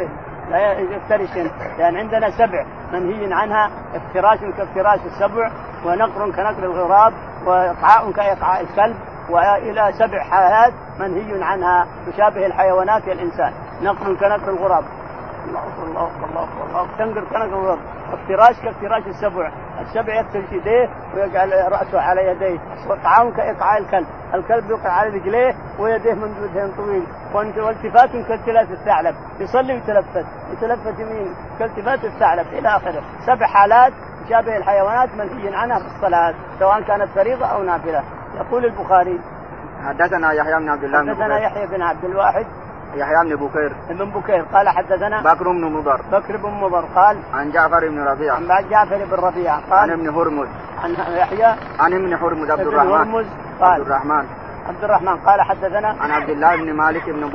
لا يفترشن، لأن عندنا 7 منهي عنها، افتراش كافتراش السبع، ونقر كنقر الغراب، وإقعاء كإقعاء الكلب، وإلى 7 حالات منهي عنها تشابه الحيوانات الإنسان. نقر كنقر الغراب، الله تنقر كنقر الغراب، افتراش كافتراش السبع يفترش يديه ويجعل رأسه على يديه، وإقعاء كإقعاء الكلب، الكلب يقع على رجليه ويديه ممدودين طويل، والتفات كالتفات الثعلب، يصلي يتلفت يمين كالتفات الثعلب إلى آخره. 7 حالات تشابه الحيوانات منهي عنها في الصلاة سواء كانت فريضة أو نافلة. يقول البخاري حدثنا يحيى بن عبد الله حدثنا يحيى بن عبد الواحد يحيى بن بكير قال حدثنا بكر بن مضر قال عن جعفر بن ربيعة قال عن ابن هرمز عن يحيى عن ابن هرمز عبد الرحمن قال حدثنا عن عبد الله بن مالك بن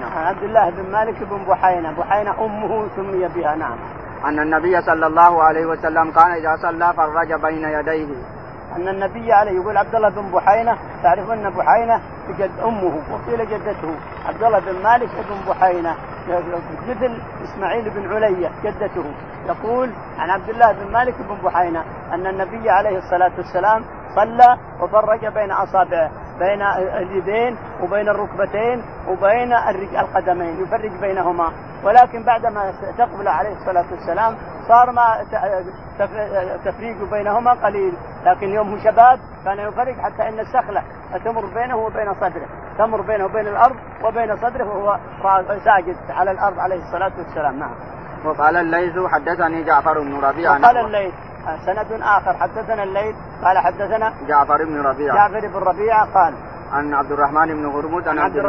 بحينة أمه سمي بها. نعم. أن النبي صلى الله عليه وسلم كان إذا صلى فرج بين يديه. أن النبي عليه يقول عبد الله بن بحينة، تعرف أن بحينة جد أمه وقيل جدته، عبد الله بن مالك بن بحينة مثل إسماعيل بن علية جدته. يقول عن عبد الله بن مالك بن بحينة أن النبي عليه الصلاة والسلام صلى وفرج بين أصابعه، بين اليدين وبين الركبتين وبين القدمين، يفرج بينهما، ولكن بعدما تقبل عليه الصلاة والسلام صار ما تفريق بينهما قليل، لكن يوم شباب كان يفرق حتى إن السخلة تمر بينه وبين صدره، تمر بينه وبين الأرض وبين صدره وهو ساجد على الأرض عليه الصلاة والسلام. نعم. وقال الليث حدثني جعفر بن ربيعة. وقال الليث سند آخر حدثنا الليث قال حدثنا جعفر بن ربيعة قال عن عبد الرحمن بن هرمز عن عبد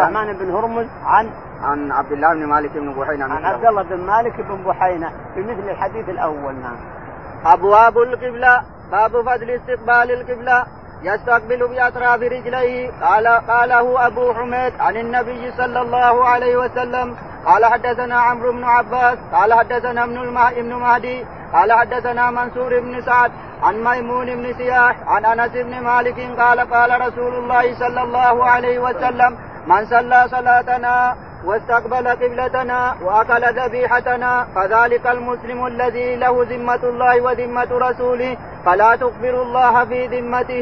الله بن مالك بن بحينة عن عبد الله بن مالك بن بحينة بمثل الحديث الأول. نعم. أبواب القبلة. باب فضل استقبال القبلة، يستقبل بأطراف رجليه. قاله أبو حميد عن النبي صلى الله عليه وسلم. قال حدثنا عمرو بن عباس قال حدثنا ابن مهدي قال حدثنا منصور بن سعد عن ميمون بن سياح عن أنس بن مالك قال رسول الله صلى الله عليه وسلم: من صلى صلاتنا واستقبل قبلتنا وأكل ذبيحتنا فذلك المسلم الذي له ذمة الله وذمة رسوله فلا تخبر الله في ذمته.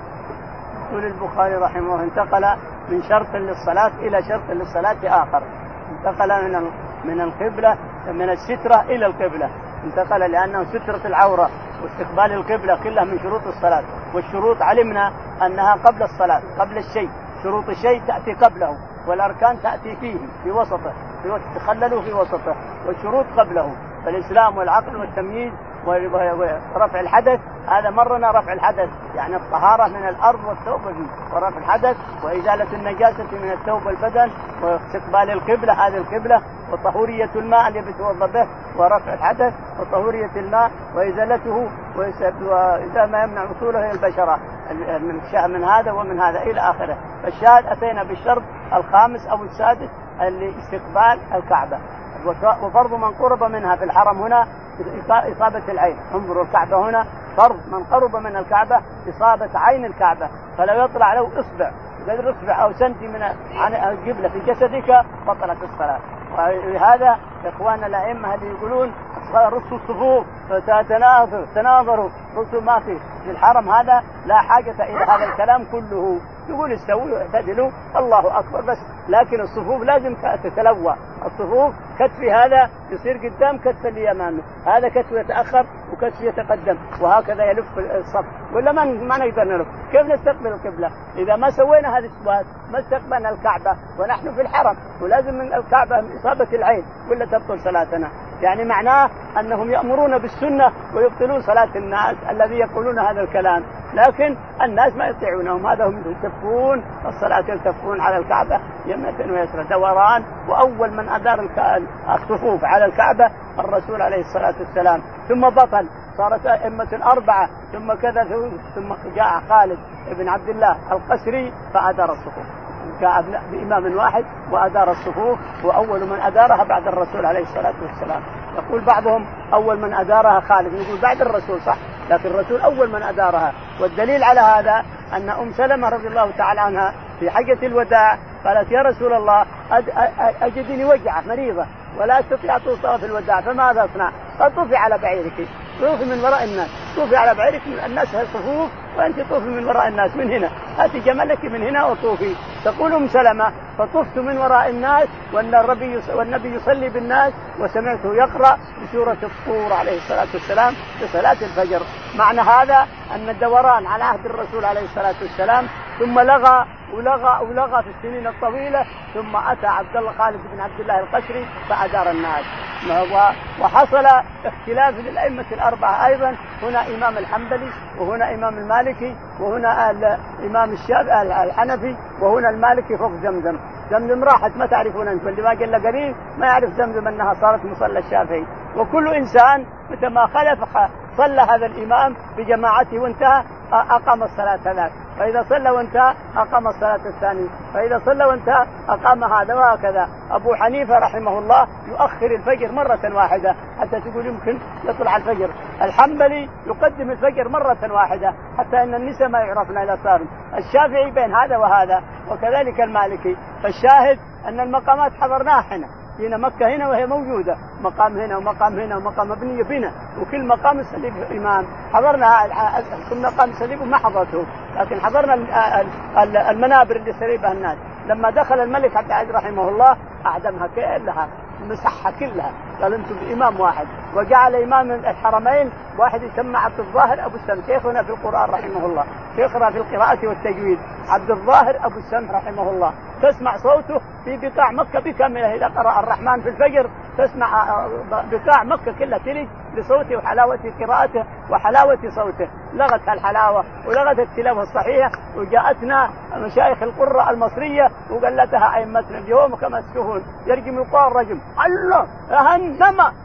يقول البخاري رحمه الله انتقل من شرط للصلاة إلى شرط للصلاة آخر، انتقل من القبلة من السترة إلى القبلة، انتقل لأنه سترة العورة واستقبال القبلة كلها من شروط الصلاة، والشروط علمنا أنها قبل الصلاة، قبل الشيء، شروط الشيء تأتي قبله والأركان تأتي فيه في وسطه، تخللوا في وسطه، والشروط قبله، فالإسلام والعقل والتمييز ورفع الحدث. هذا مرنا رفع الحدث يعني الطهارة من الأرض والثوب فيه، ورفع الحدث وإزالة النجاسة من الثوب والبدن، واستقبال القبلة هذه القبلة، وطهورية الماء اللي بيتوضا به، ورفع الحدث وطهورية الماء وإزالته وإذا ما يمنع وصوله إلى البشرة من هذا ومن هذا إلى آخره. فالشاهد أتينا بالشرط الخامس أو السادس اللي استقبال الكعبة، وفرض من قرب منها في الحرم هنا إصابة العين. انظروا الكعبة هنا فرض من قرب من الكعبة إصابة عين الكعبة، فلو يطلع له إصبع قدر إصبع أو سنتي من عن القبلة في جسدك بطلت الصلاة. وهذا إخواننا الأئمة اللي يقولون رصوا الصفوف تناظروا رصوا ما في الحرم، هذا لا حاجة إلى هذا الكلام كله، يقول استووا اعتدلوا الله أكبر بس، لكن الصفوف لازم تتلوى، الصفوف كتفي هذا يصير قدام كتف اللي أمامه، هذا كتفه يتأخر وكتفه يتقدم، وهكذا يلف الصف، ولا ما نقدر نلف. كيف نستقبل القبلة إذا ما سوينا هذه السواد؟ ما استقبلنا الكعبة ونحن في الحرم، ولازم من الكعبة إصابة العين ولا تبطل صلاتنا. يعني معناه أنهم يأمرون بالسنة ويبطلون صلاة الناس الذي يقولون هذا الكلام، لكن الناس ما يطيعونهم، هذا هم يلتفون الصلاة، يلتفون على الكعبة يمنة ويسرى دوران. وأول من أدار الصفوف على الكعبة الرسول عليه الصلاة والسلام، ثم بطل صارت أئمة 4 ثم كذا، ثم جاء خالد بن عبد الله القسري فأدار الصفوف، جاء بإمام واحد وأدار الصفوف، وأول من أدارها بعد الرسول عليه الصلاة والسلام. يقول بعضهم أول من أدارها خالد، يقول بعد الرسول صح، لكن الرسول أول من أدارها. والدليل على هذا أن سلمة رضي الله تعالى عنها في حجة الوداع قالت: يا رسول الله أجدني وجعة مريضة، ولا استطيع توصل في الوداع، فماذا أصنع؟ قال طوفي على بعيرك، طوفي من وراء الناس، طوفي على بعيرك، الناس صفوف وأنت طوفي من وراء الناس من هنا، هاتي جملك من هنا وطوفي. تقول أم سلمة فطفت من وراء الناس والنبي يصلي بالناس وسمعته يقرأ بسورة الطور عليه الصلاة والسلام في صلاة الفجر. معنى هذا أن الدوران على عهد الرسول عليه الصلاة والسلام، ثم ولغى في السنين الطويلة، ثم أتى عبد الله خالد بن عبد الله القشري فأدار الناس. وحصل اختلاف للأئمة الأربعة أيضا، هنا إمام الحنبلي وهنا إمام المالكي وهنا الإمام الشافعي الحنفي وهنا المالكي فوق زمزم. زمزم راحت ما تعرفون أنتم، اللي ما قل قليل ما يعرف زمزم أنها صارت مصلى الشافعي. وكل إنسان متى ما خلف صلى هذا الإمام بجماعته وانتهى أقام الصلاة هناك، فإذا صلى وانتهى أقام الصلاة الثاني، فإذا صلى وانتهى أقام هذا، وهكذا. أبو حنيفة رحمه الله يؤخر الفجر مرة واحدة حتى تقول يمكن يطلع الفجر. الحنبلي يقدم الفجر مرة واحدة حتى أن النساء ما يعرفن إلى صارم. الشافعي بين هذا وهذا، وكذلك المالكي. فالشاهد أن المقامات حضرناها هنا مكة هنا وهي موجودة، مقام هنا ومقام هنا ومقام مبني هنا، وكل مقام يصلي إمام. حضرنا كل مقام يصلي ما حضرته، لكن حضرنا المنابر اللي يصلي بها الناس. لما دخل الملك عبد العزيز رحمه الله أعدمها كلها، مسحها كلها، قال انتم بإمام واحد، وجعل إمام الحرمين واحد يسمى عبد الظاهر أبو السمح، شيخنا في القرآن رحمه الله، شيخنا في القراءة والتجويد، عبد الظاهر أبو السمح رحمه الله. تسمع صوته في بقاع مكة بكاملة، إذا قرأ الرحمن في الفجر تسمع بقاع مكة كلها تلج لصوته وحلاوة قراءته وحلاوة صوته. لغت الحلاوة ولغت التلاوة الصحيحة، وجاءتنا مشايخ القرى المصرية وقلتها أئمتنا اليوم كما السهول يرجم القرآن رجم، الله أهنما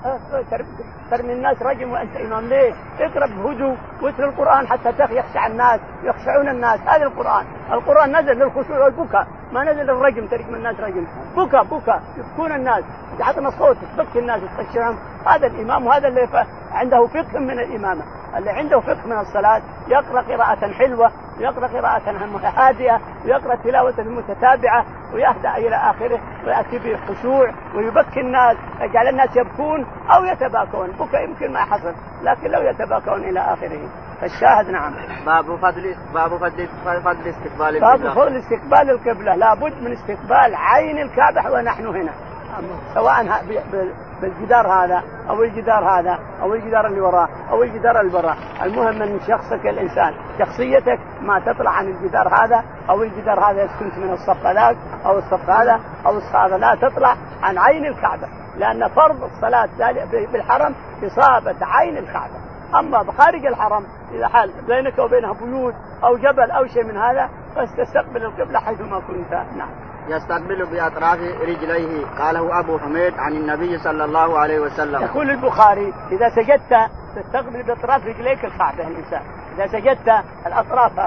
ترمي الناس رجم وأنت إمام ليه؟ اقرأ بهدوء واتل القرآن حتى يخشع الناس، يخشعون الناس. هذا القرآن نزل للخشوع والبكاء، ما نزل للرجم ترجم الناس رجم، بكى يبكون الناس، يعطنا صوتك تبكي الناس وتخشعهم. هذا الإمام، وهذا اللي عنده فقه من الإمامة، اللي عنده فقه من الصلاة يقرأ قراءة حلوة، يقرأ قراءة هادئة، ويقرأ تلاوة متتابعة، ويهدأ إلى آخره، ويأتي بالخشوع ويبكي الناس، يجعل الناس يبكون أو يتباكون. بكى يمكن ما حصل، لكن لو يتباكون إلى آخره. فالشاهد نعم. باب فضل استقبال القبلة. باب فضل استقبال القبلة، لابد من استقبال عين الكعبة ونحن هنا، سواء بالجدار هذا أو الجدار هذا أو الجدار اللي وراه أو الجدار اللي براه. المهم أن شخصك الإنسان شخصيتك ما تطلع عن الجدار هذا أو الجدار هذا، كنت من الصف هذاك أو الصف هذا أو الصف هذا، لا تطلع عن عين الكعبة، لأن فرض الصلاة بالحرم إصابة عين الكعبة. أما بخارج الحرم إذا حال بينك وبينها بيوت أو جبل أو شيء من هذا فاستقبل القبلة حيثما كنت. نعم. يستقبل بأطراف رجليه، قاله أبو حميد عن النبي صلى الله عليه وسلم. يقول البخاري إذا سجدت تستقبل بأطراف رجليك الكعبة. الإنسان إذا سجدت الأطراف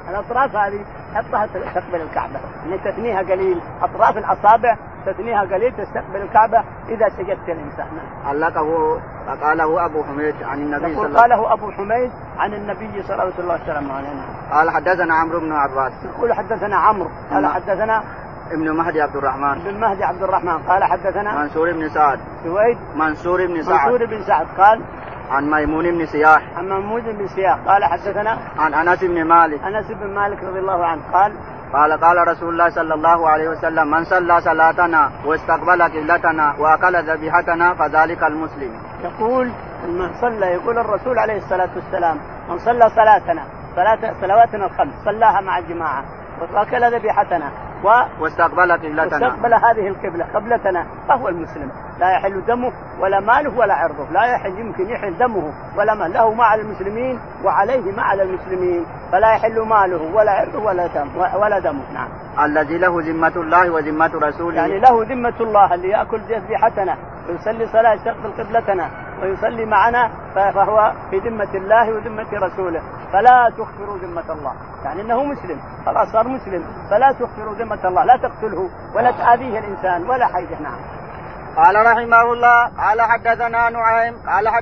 هذه حطها تستقبل الكعبة، إن تثنيها قليل، أطراف الأصابع تثنيها قليل تستقبل الكعبة إذا سجدت الإنسان. علقه قاله أبو حميد عن النبي صلى الله عليه وسلم. قاله أبو حميد عن النبي صلى الله عليه وسلم. قال حدثنا عمرو بن عباس. يقول حدثنا عمرو قال حدثنا ابن مهدي عبد الرحمن. ابن مهدي عبد الرحمن قال حدثنا منصور بن سعد. سويد منصور بن سعد قال عن ميمون بن سياح. عن ميمون بن سياح قال حدثنا عن أنس بن مالك. أنس بن مالك رضي الله عنه قال رسول الله صلى الله عليه وسلم: من صلى صلاتنا واستقبل قبلتنا وأكل ذبيحتنا فذلك المسلم. يقول من صلى، يقول الرسول عليه الصلاة والسلام: من صلى صلواتنا الخمس صلاها مع الجماعة وأكل ذبيحتنا واستقبل هذه القبلة قبلتنا فهو المسلم، لا يحل دمه ولا ماله ولا عرضه، لا يحل يمكن يحل دمه ولا ماله، له مع المسلمين وعليه مع المسلمين، فلا يحل ماله ولا عرضه ولا دمه. نعم. الذي له ذمة الله وذمة رسوله، يعني له ذمة الله، اللي يأكل ذبيحتنا ويصلي صلاة يستقبل قبلتنا ويصلي معنا فهو في ذمة الله وذمة رسوله، فلا تخفروا ذمة الله، يعني انه مسلم خلاص صار مسلم، فلا تخفروا ذمة الله، لا تقتله ولا تآذيه الإنسان ولا حاجة. نعم. قال رحمه الله: قال حدثنا نعيم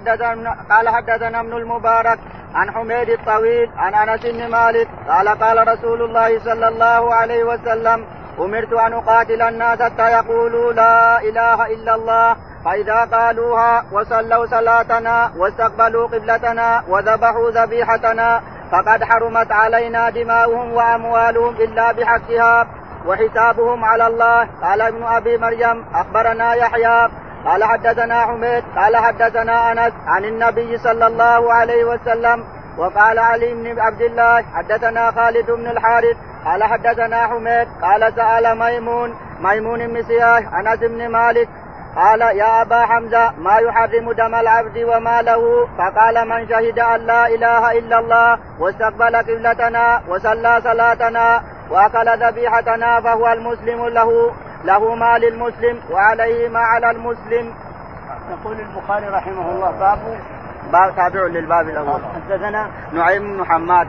قال حدثنا ابن المبارك عن حميد الطويل عن أنس بن مالك قال رسول الله صلى الله عليه وسلم: أمرت أن أقاتل الناس حتى يقولوا لا إله إلا الله فإذا قالوها وصلوا صلاتنا واستقبلوا قبلتنا وذبحوا ذبيحتنا فقد حرمت علينا دماؤهم وأموالهم إلا بحقها وحسابهم على الله. قال ابن أبي مريم أخبرنا يحيى قال حدثنا حميد قال حدثنا أنس عن النبي صلى الله عليه وسلم. وقال علي بن عبد الله حدثنا خالد بن الحارث قال حدثنا حميد قال سأل ميمون بن سياح أنس بن مالك قال يا أبا حمزة ما يحرم دم العبد وماله؟ فقال من شهد أن لا إله إلا الله واستقبل قبلتنا وصلى صلاتنا وأكل ذبيحتنا فهو المسلم له ما للمسلم وعليه ما على المسلم. يقول البخاري رحمه الله باب تابع للباب الأول. حدثنا نعيم بن حماد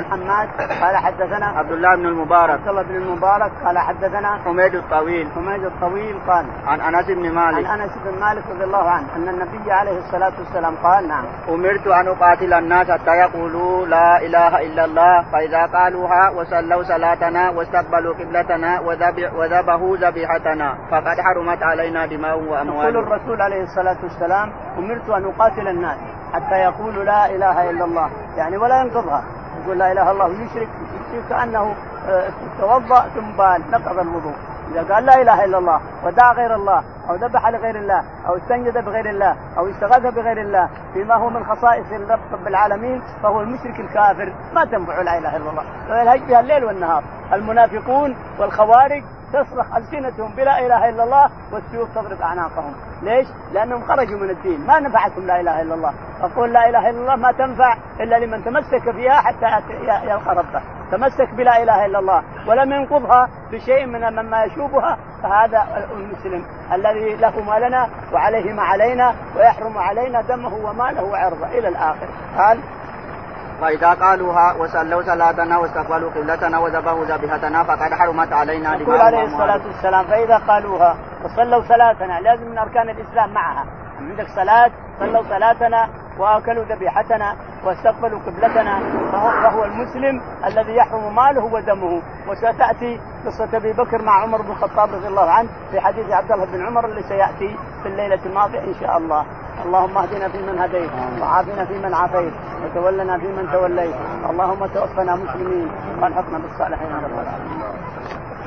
قال حدثنا عبد الله بن المبارك قال حدثنا حميد الطويل قال عن أنس بن مالك رضي الله عنه أن النبي عليه الصلاة والسلام قال نعم أمرت أن أقاتل الناس حتى يقولوا لا إله إلا الله فإذا قالوها وصلوا صلاتنا واستقبلوا قبلتنا وذبحوا ذبيحتنا فقد حرمت علينا دماؤهم وأموالهم. يقول الرسول عليه الصلاة والسلام أمرت أن أقاتل الناس حتى يقولوا لا إله إلا الله يعني ولا ينقضها يقول لا إله إلا الله ويشرك كأنه توضأ ثم بال نقض الوضوء. إذا قال لا إله إلا الله ودعا غير الله أو ذبح لغير الله أو استنجد بغير الله أو استغاث بغير الله فيما هو من خصائص رب العالمين فهو المشرك الكافر ما تنفع لا إله إلا الله ويلهج بها الليل والنهار. المنافقون والخوارج تصرخ ألسنتهم بلا إله إلا الله والسيوف تضرب أعناقهم. ليش؟ لأنهم خرجوا من الدين ما نفعتهم لا إله إلا الله. أقول لا إله إلا الله ما تنفع إلا لمن تمسك فيها حتى يلقى ربه. تمسك بلا إله إلا الله ولم ينقضها بشيء مما يشوبها فهذا المسلم الذي له ما لنا وعليه ما علينا ويحرم علينا دمه وماله وعرضه إلى الآخر. قال فإذا قالوها وصلوا صلاتنا واستقبلوا قبلتنا وذبحوا ذبيحتنا فقد حرمت علينا دماؤهم. يقول عليه الصلاة والسلام فإذا قالوها وصلوا صلاتنا لازم من أركان الإسلام معها. عندك صلاة صلوا صلاتنا وأكلوا ذبيحتنا واستقبلوا قبلتنا فهو المسلم الذي يحرم ماله ودمه. وستأتي قصة أبي بكر مع عمر بن الخطاب رضي الله عنه في حديث عبد الله بن عمر اللي سيأتي في الليلة الماضية إن شاء الله. اللهم اهدنا فيمن هديت وعافنا فيمن عافيت وتولنا فيمن توليت اللهم توفنا مسلمين والحقنا بالصالحين.